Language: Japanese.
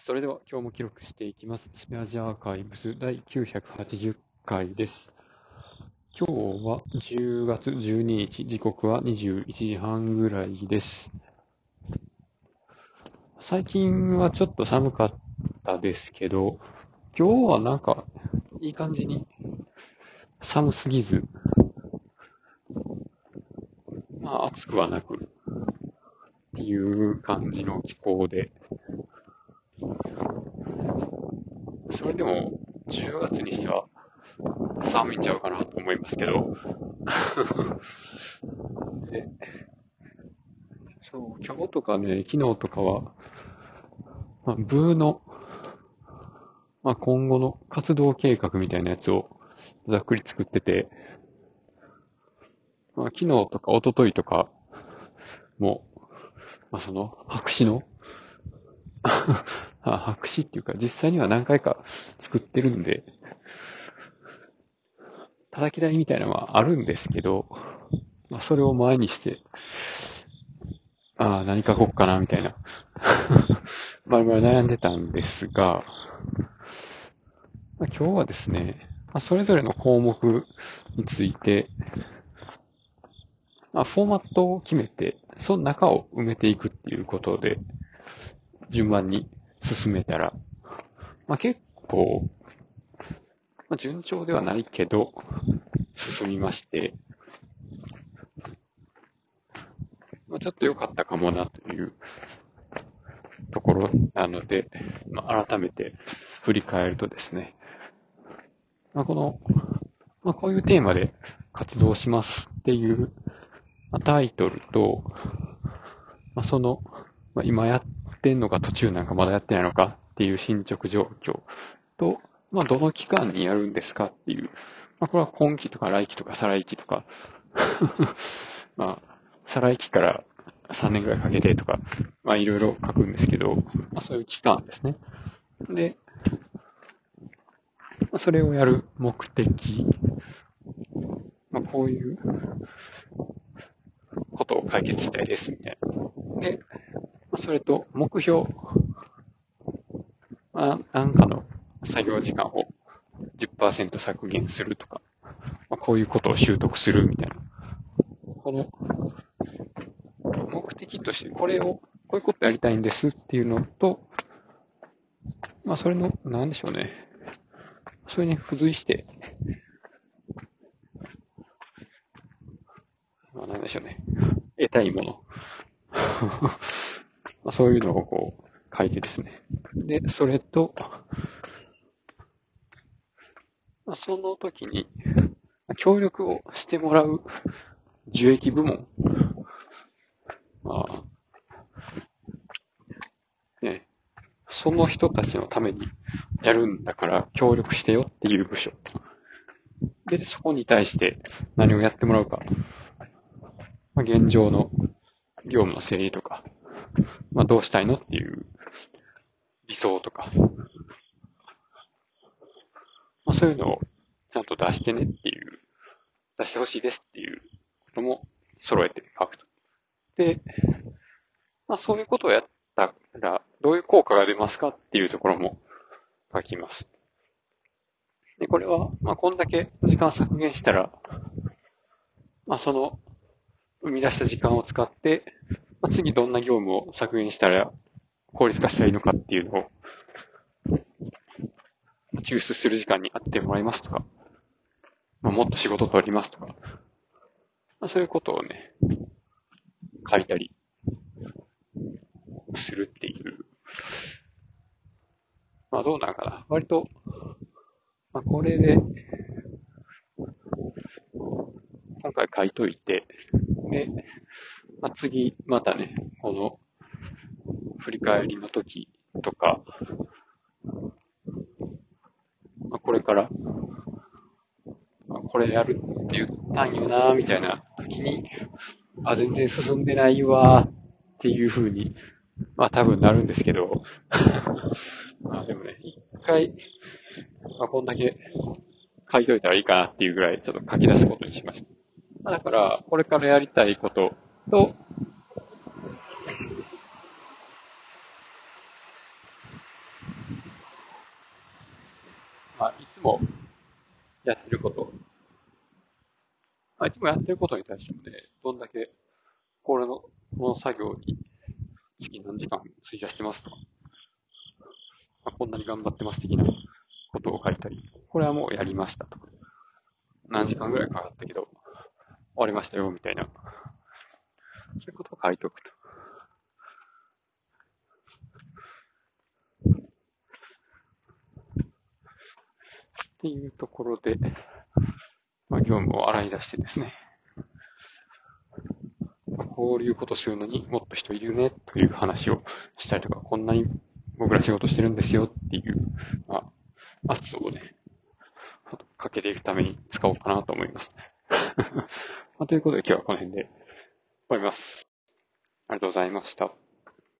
それでは今日も記録していきます。スペアジアーカイブス第980回です。今日は10月12日、時刻は21時半ぐらいです。最近はちょっと寒かったですけど、今日はなんかいい感じに寒すぎず、暑くはなくっていう感じの気候で、それでも10月にしては寒いんちゃうかなと思いますけど、でそう、今日とかね、昨日とかは、ブーの、今後の活動計画みたいなやつをざっくり作ってて、昨日とか一昨日とかも、その白紙の白紙っていうか実際には何回か作ってるんで、叩き台みたいなのはあるんですけど、それを前にして、何書こうかなみたいな、まるまる悩んでたんですが、今日はですね、それぞれの項目について、フォーマットを決めて、その中を埋めていくっていうことで、順番に進めたら、結構、順調ではないけど、進みまして、ちょっと良かったかもなというところなので、改めて振り返るとですね、こういうテーマで活動しますっていうタイトルと、その、今やってんのか途中なんかまだやってないのかっていう進捗状況と、どの期間にやるんですかっていう、これは今期とか来期とか再来期とか、再来期から3年ぐらいかけてとか、いろいろ書くんですけど、そういう期間ですね。で、それをやる目的、こういうことを解決したいですみたいな。で、それと目標、なんかの作業時間を10%削減するとか、こういうことを習得するみたいな。この目的としてこういうことやりたいんですっていうのと、それの、なんでしょうね。それに付随して、なんでしょうね。得たいもの。そういうのをこう書いてですね。で、それと、その時に協力をしてもらう受益部門。まあね、その人たちのためにやるんだから協力してよっていう部署。で、そこに対して何をやってもらうか。現状の業務の整理とか、どうしたいのっていう理想とか、そういうのをちゃんと出してねっていう、出してほしいですっていうことも揃えて書くと。で、そういうことをやったら、どういう効果が出ますかっていうところも書きます。で、これは、こんだけ時間削減したら、その生み出した時間を使って、次どんな業務を削減したら効率化したらいいのかっていうのを抽出する時間にあってもらいますとか、もっと仕事取りますとか、そういうことをね、書いたりするっていう。どうなんかな。割と、これで、今回書いといて、で、次、またね、この、振り返りの時とか、これから、これやるって言ったんよな、みたいな時に、全然進んでないわ、っていう風に、多分なるんですけど、でもね、一回、こんだけ書いといたらいいかなっていうぐらい、ちょっと書き出すことにしました。だから、これからやりたいことと、 いつもやってること、いつもやってることに対してもね、どんだけ、この作業に月何時間費やしてますとか、こんなに頑張ってます的なことを書いたり、これはもうやりましたとか、何時間ぐらいかかったけど、終わりましたよ、みたいな、そういうことを書いておくと。っていうところで、業務を洗い出してですね、こういうことするのにもっと人いるねという話をしたりとか、こんなに僕ら仕事してるんですよっていう、圧をね、かけていくために使おうかなと思います。ということで今日はこの辺で終わります。ありがとうございました。